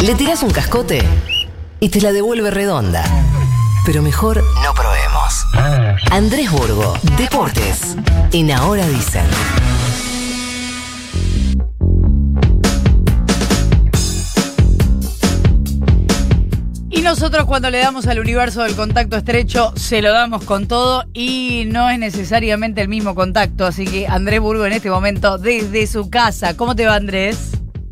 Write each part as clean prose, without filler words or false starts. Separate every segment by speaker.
Speaker 1: Le tirás un cascote y te la devuelve redonda. Pero mejor no probemos. Andrés Burgo, Deportes, en Ahora Dicen.
Speaker 2: Y nosotros cuando le damos al universo del contacto estrecho, se lo damos con todo y no es necesariamente el mismo contacto. Así que Andrés Burgo en este momento desde su casa. ¿Cómo te va, Andrés?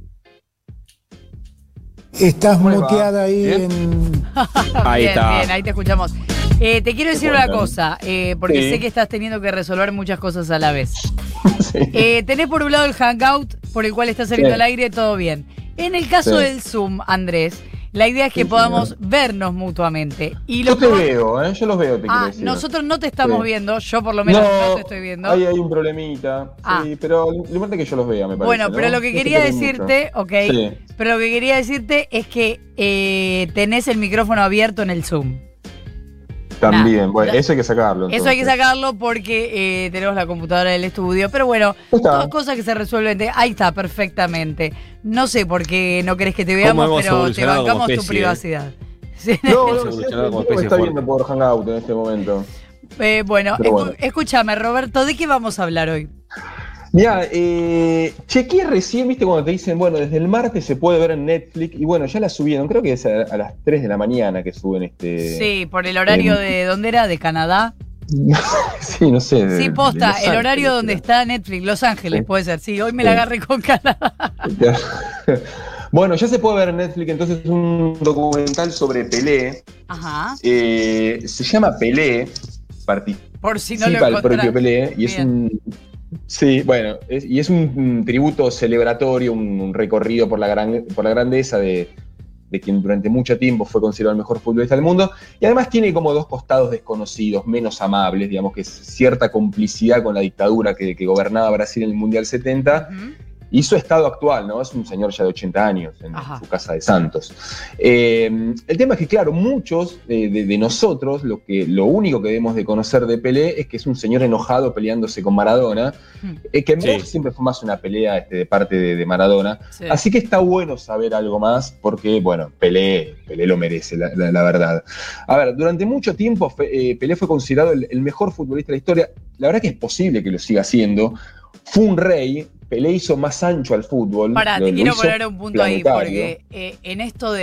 Speaker 3: Estás muteada ahí en...
Speaker 4: Ahí
Speaker 2: bien,
Speaker 4: está.
Speaker 2: bien, ahí te escuchamos. Te quiero decir una cosa, porque sé que estás teniendo que resolver muchas cosas a la vez. Tenés por un lado el Hangout, por el cual estás saliendo al aire, todo bien. En el caso del Zoom, Andrés, la idea es que podamos vernos mutuamente. Y
Speaker 5: yo te veo, yo los veo, te quiero decir.
Speaker 2: Nosotros no te estamos viendo, yo por lo menos no te estoy viendo.
Speaker 5: Ahí hay un problemita, sí, pero lo importante es que yo los vea, me parece.
Speaker 2: Bueno, pero lo que quería decirte, pero lo que quería decirte es que tenés el micrófono abierto en el Zoom.
Speaker 5: También, bueno, eso hay que sacarlo.
Speaker 2: Eso hay que sacarlo porque tenemos la computadora del estudio. Pero bueno, todas cosas que se resuelven. Ahí está, perfectamente. No sé por qué no querés que te veamos, pero te bancamos tu privacidad.
Speaker 5: ¿Sí? No, está viendo por Hangout en este momento.
Speaker 2: Bueno, escúchame, Roberto, ¿de qué vamos a hablar hoy?
Speaker 5: Mirá, chequeé recién, viste, cuando te dicen, bueno, desde el martes se puede ver en Netflix, y bueno, ya la subieron, creo que es a las 3 de la mañana que suben
Speaker 2: Sí, por el horario de, ¿dónde era? ¿De Canadá?
Speaker 5: Sí, no sé.
Speaker 2: Sí, posta, el horario donde está Netflix, Los Ángeles, puede ser, sí, hoy me la agarré con Canadá.
Speaker 5: Bueno, ya se puede ver en Netflix, entonces es un documental sobre Pelé.
Speaker 2: Ajá.
Speaker 5: Se llama Pelé,
Speaker 2: por si no lo encontrás.
Speaker 5: El propio Pelé, y es un... Sí, bueno, es un tributo celebratorio, un recorrido por la grandeza de quien durante mucho tiempo fue considerado el mejor futbolista del mundo, y además tiene como dos costados desconocidos, menos amables, digamos, que es cierta complicidad con la dictadura que gobernaba Brasil en el Mundial 70, y su estado actual, ¿no? Es un señor ya de 80 años en su casa de Santos. El tema es que, claro, muchos de nosotros, lo único que debemos de conocer de Pelé es que es un señor enojado peleándose con Maradona, que en vos siempre fue más una pelea de parte de Maradona. Sí. Así que está bueno saber algo más porque, bueno, Pelé lo merece, la verdad. A ver, durante mucho tiempo Pelé fue considerado el mejor futbolista de la historia. La verdad que es posible que lo siga siendo. Fue un rey. Pelé hizo más ancho al fútbol.
Speaker 2: Te quiero poner un punto planetario. Ahí, porque en esto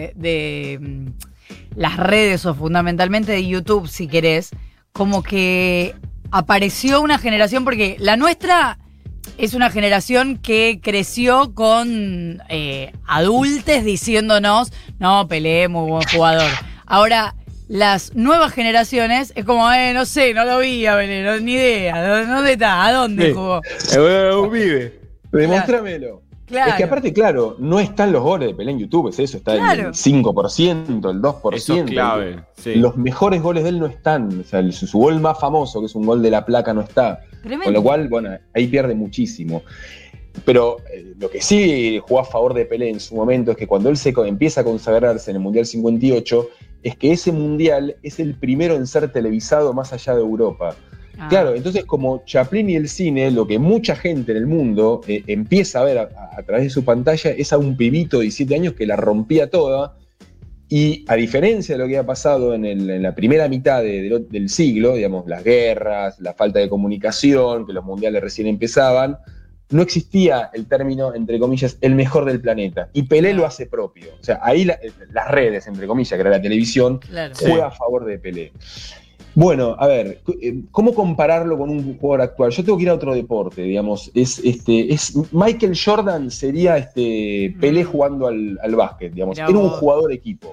Speaker 2: de las redes o fundamentalmente de YouTube, si querés, como que apareció una generación, porque la nuestra es una generación que creció con adultos diciéndonos, no, Pelé, muy buen jugador. Ahora, las nuevas generaciones es como, no sé, no lo vi a Belén, ni idea. ¿Dónde está? ¿A dónde jugó?
Speaker 5: Vive. Demóstramelo. Claro. Es que aparte, claro, no están los goles de Pelé en YouTube, es eso, está el 5%, el 2%.
Speaker 4: Eso es clave, sí.
Speaker 5: Los mejores goles de él no están. O sea, su gol más famoso, que es un gol de la placa, no está. Tremendo. Con lo cual, bueno, ahí pierde muchísimo. Pero lo que sí jugó a favor de Pelé en su momento es que cuando él empieza a consagrarse en el Mundial 58, es que ese Mundial es el primero en ser televisado más allá de Europa. Claro, entonces como Chaplin y el cine, lo que mucha gente en el mundo empieza a ver a través de su pantalla es a un pibito de 17 años que la rompía toda, y a diferencia de lo que ha pasado en la primera mitad del siglo, digamos, las guerras, la falta de comunicación, que los mundiales recién empezaban, no existía el término, entre comillas, el mejor del planeta. Y Pelé lo hace propio. O sea, ahí las redes, entre comillas, que era la televisión, juega a favor de Pelé. Bueno, a ver, ¿cómo compararlo con un jugador actual? Yo tengo que ir a otro deporte, digamos. Es Michael Jordan sería Pelé jugando al básquet, digamos. Era un jugador equipo.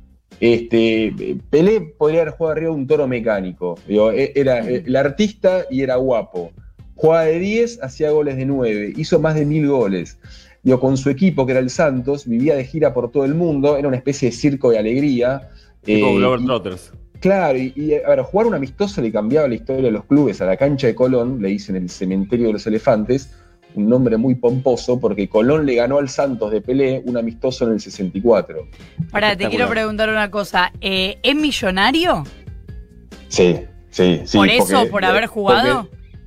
Speaker 5: Pelé podría haber jugado arriba de un toro mecánico. Digo, era el artista y era guapo. Jugaba de 10, hacía goles de 9, hizo más de 1000 goles. Digo, con su equipo, que era el Santos, vivía de gira por todo el mundo, era una especie de circo de alegría.
Speaker 4: Como Globetrotters.
Speaker 5: Claro, y a ver, jugar un amistoso le cambiaba la historia de los clubes. A la cancha de Colón, le dicen el cementerio de los elefantes, un nombre muy pomposo, porque Colón le ganó al Santos de Pelé un amistoso en el 64.
Speaker 2: Pará, te quiero preguntar una cosa. ¿Es millonario?
Speaker 5: Sí.
Speaker 2: ¿Por eso, por haber jugado?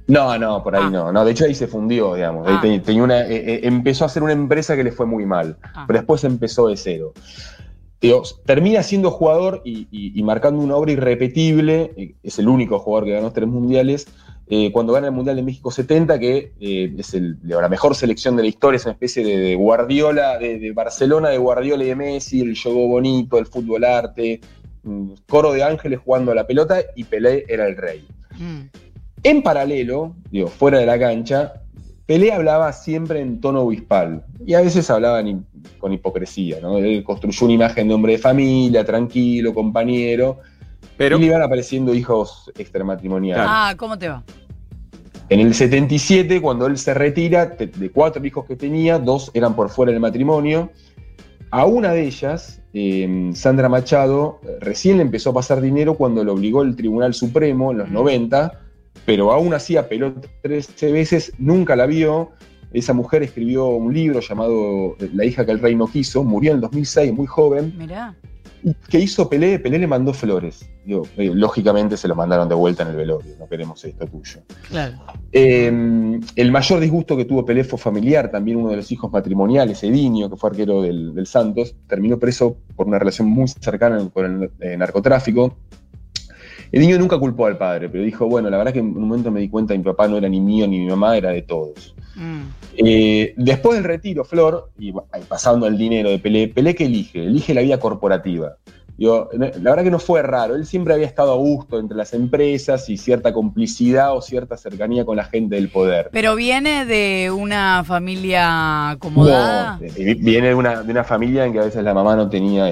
Speaker 5: No, por ahí no. De hecho, ahí se fundió, digamos. Ahí tenía empezó a hacer una empresa que le fue muy mal. Pero después empezó de cero. Termina siendo jugador y marcando una obra irrepetible. Es el único jugador que ganó 3 mundiales. Cuando gana el Mundial de México 70, que es la mejor selección de la historia, es una especie de Guardiola, de Barcelona, de Guardiola y de Messi, el juego bonito, el fútbol arte, coro de ángeles jugando a la pelota, y Pelé era el rey. En paralelo, fuera de la cancha, Pelé hablaba siempre en tono obispal, y a veces hablaba con hipocresía, ¿no? Él construyó una imagen de hombre de familia, tranquilo, compañero, y le iban apareciendo hijos extramatrimoniales.
Speaker 2: ¿Cómo te va?
Speaker 5: En el 77, cuando él se retira, de 4 hijos que tenía, 2 eran por fuera del matrimonio. A una de ellas, Sandra Machado, recién le empezó a pasar dinero cuando lo obligó el Tribunal Supremo en los 90, pero aún así apeló 13 veces, nunca la vio. Esa mujer escribió un libro llamado La hija que el rey no quiso, murió en el 2006, muy joven.
Speaker 2: Mirá.
Speaker 5: ¿Qué hizo Pelé? Pelé le mandó flores. Lógicamente se lo mandaron de vuelta en el velorio, no queremos esto tuyo.
Speaker 2: Claro.
Speaker 5: El mayor disgusto que tuvo Pelé fue familiar, también uno de los hijos matrimoniales, Edinho, que fue arquero del Santos, terminó preso por una relación muy cercana con el narcotráfico. Edinho nunca culpó al padre, pero dijo, bueno, la verdad que en un momento me di cuenta que mi papá no era ni mío ni mi mamá, era de todos. Después del retiro, Flor, y pasando al dinero de Pelé, ¿Pelé qué elige? Elige la vida corporativa. La verdad que no fue raro, él siempre había estado a gusto entre las empresas y cierta complicidad o cierta cercanía con la gente del poder.
Speaker 2: ¿Pero viene de una familia acomodada?
Speaker 5: No, viene de una familia en que a veces la mamá no tenía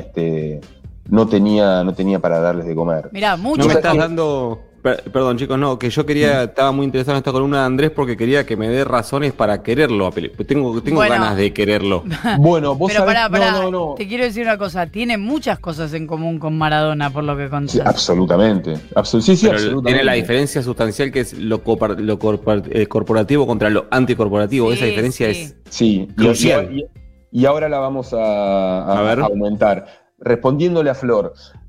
Speaker 5: para darles de comer.
Speaker 2: Mirá, mucho.
Speaker 4: No me estás dando... Perdón, chicos, no, que yo estaba muy interesado en esta columna de Andrés porque quería que me dé razones para quererlo a Pelé. Tengo ganas de quererlo.
Speaker 5: Bueno, vos
Speaker 2: pero
Speaker 5: sabés...
Speaker 2: Pará,
Speaker 5: No.
Speaker 2: Te quiero decir una cosa, tiene muchas cosas en común con Maradona, por lo que contás.
Speaker 5: Sí, absolutamente. Sí,
Speaker 4: pero
Speaker 5: absolutamente.
Speaker 4: Tiene la diferencia sustancial que es lo corporativo contra lo anticorporativo.
Speaker 2: Sí,
Speaker 4: esa diferencia es
Speaker 5: crucial. Y ahora la vamos a aumentar. Respondiéndole a Flor,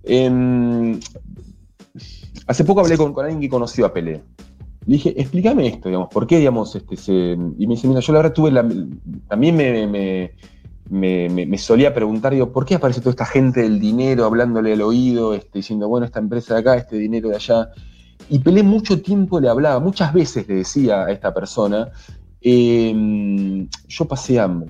Speaker 5: hace poco hablé con alguien que conoció a Pelé. Le dije, explícame esto, digamos, ¿por qué, digamos, y me dice, mira, yo la verdad también me solía preguntar, digo, ¿por qué aparece toda esta gente del dinero hablándole al oído, diciendo, bueno, esta empresa de acá, este dinero de allá? Y Pelé mucho tiempo le hablaba, muchas veces le decía a esta persona, yo pasé hambre.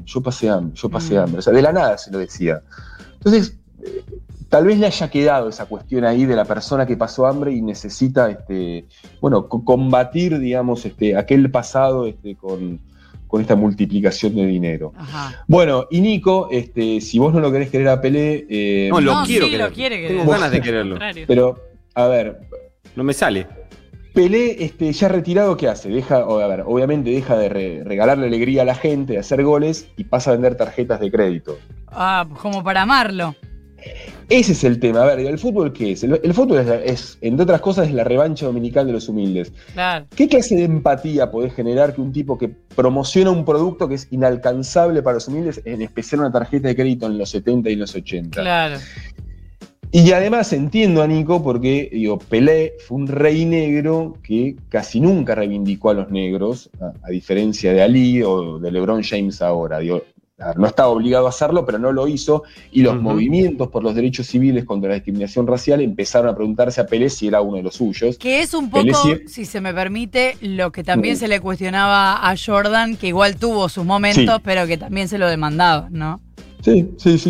Speaker 5: O sea, de la nada se lo decía. Entonces, tal vez le haya quedado esa cuestión ahí de la persona que pasó hambre y necesita, combatir, digamos, aquel pasado con esta multiplicación de dinero.
Speaker 2: Ajá.
Speaker 5: Bueno, y Nico, si vos no lo querés querer a Pelé...
Speaker 4: No, lo quiero
Speaker 2: sí,
Speaker 4: querer.
Speaker 2: Lo quiere querer.
Speaker 4: Tengo ganas de quererlo.
Speaker 5: Pero, a ver...
Speaker 4: No me sale.
Speaker 5: Pelé, ya retirado, ¿qué hace? Obviamente deja de regalarle alegría a la gente, de hacer goles, y pasa a vender tarjetas de crédito.
Speaker 2: Como para amarlo.
Speaker 5: Ese es el tema. A ver, ¿el fútbol qué es? El fútbol es, entre otras cosas, es la revancha dominical de los humildes.
Speaker 2: Claro.
Speaker 5: ¿Qué clase de empatía podés generar que un tipo que promociona un producto que es inalcanzable para los humildes, en especial una tarjeta de crédito en los 70 y en los 80?
Speaker 2: Claro.
Speaker 5: Y además entiendo a Nico porque, Pelé fue un rey negro que casi nunca reivindicó a los negros, a diferencia de Ali o de LeBron James ahora. No estaba obligado a hacerlo, pero no lo hizo, y los movimientos por los derechos civiles contra la discriminación racial empezaron a preguntarse a Pelé si era uno de los suyos.
Speaker 2: Que es un poco, si se me permite, lo que también se le cuestionaba a Jordan, que igual tuvo sus momentos, pero que también se lo demandaba, ¿no?
Speaker 5: Sí.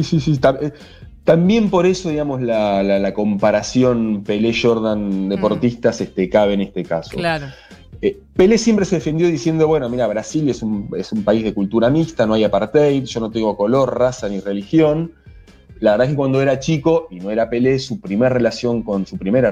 Speaker 5: También por eso, digamos, la comparación Pelé-Jordan deportistas cabe en este caso.
Speaker 2: Claro.
Speaker 5: Pelé siempre se defendió diciendo, bueno, mira, Brasil es un país de cultura mixta, no hay apartheid, yo no tengo color, raza ni religión. La verdad es que cuando era chico, y no era Pelé, su primera relación con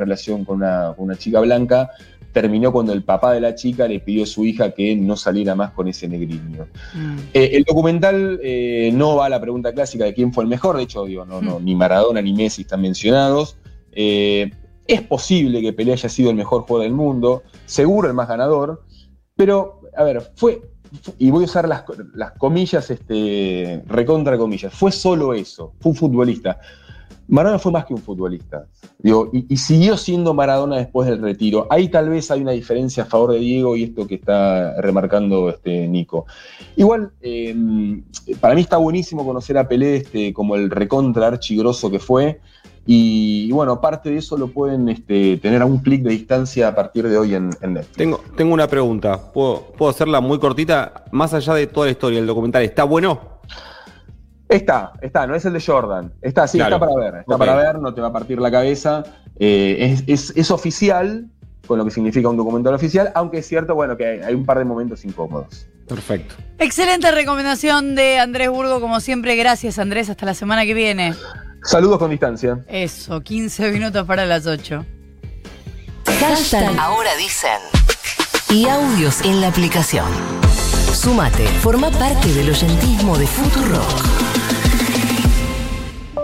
Speaker 5: una chica blanca terminó cuando el papá de la chica le pidió a su hija que no saliera más con ese negriño. El documental no va a la pregunta clásica de quién fue el mejor, de hecho, ni Maradona ni Messi están mencionados. Es posible que Pelé haya sido el mejor jugador del mundo, seguro el más ganador, pero, a ver, y voy a usar las comillas, recontra comillas, fue solo eso, fue un futbolista. Maradona fue más que un futbolista. Digo, y siguió siendo Maradona después del retiro. Ahí tal vez hay una diferencia a favor de Diego y esto que está remarcando Nico. Igual, para mí está buenísimo conocer a Pelé como el recontra archigroso que fue. Y bueno, aparte de eso lo pueden tener a un clic de distancia a partir de hoy en Netflix.
Speaker 4: Tengo una pregunta. ¿Puedo hacerla muy cortita? Más allá de toda la historia, el documental, ¿está bueno?
Speaker 5: Está, no es el de Jordan. Está para ver. Está para ver, no te va a partir la cabeza. Es oficial, con lo que significa un documental oficial, aunque es cierto, bueno, que hay un par de momentos incómodos.
Speaker 4: Perfecto.
Speaker 2: Excelente recomendación de Andrés Burgo, como siempre. Gracias, Andrés. Hasta la semana que viene.
Speaker 5: Saludos con distancia.
Speaker 2: Eso, 15 minutos para las 8.
Speaker 1: Hashtag Ahora Dicen. Y audios en la aplicación. Sumate, forma parte del oyentismo de Futurock.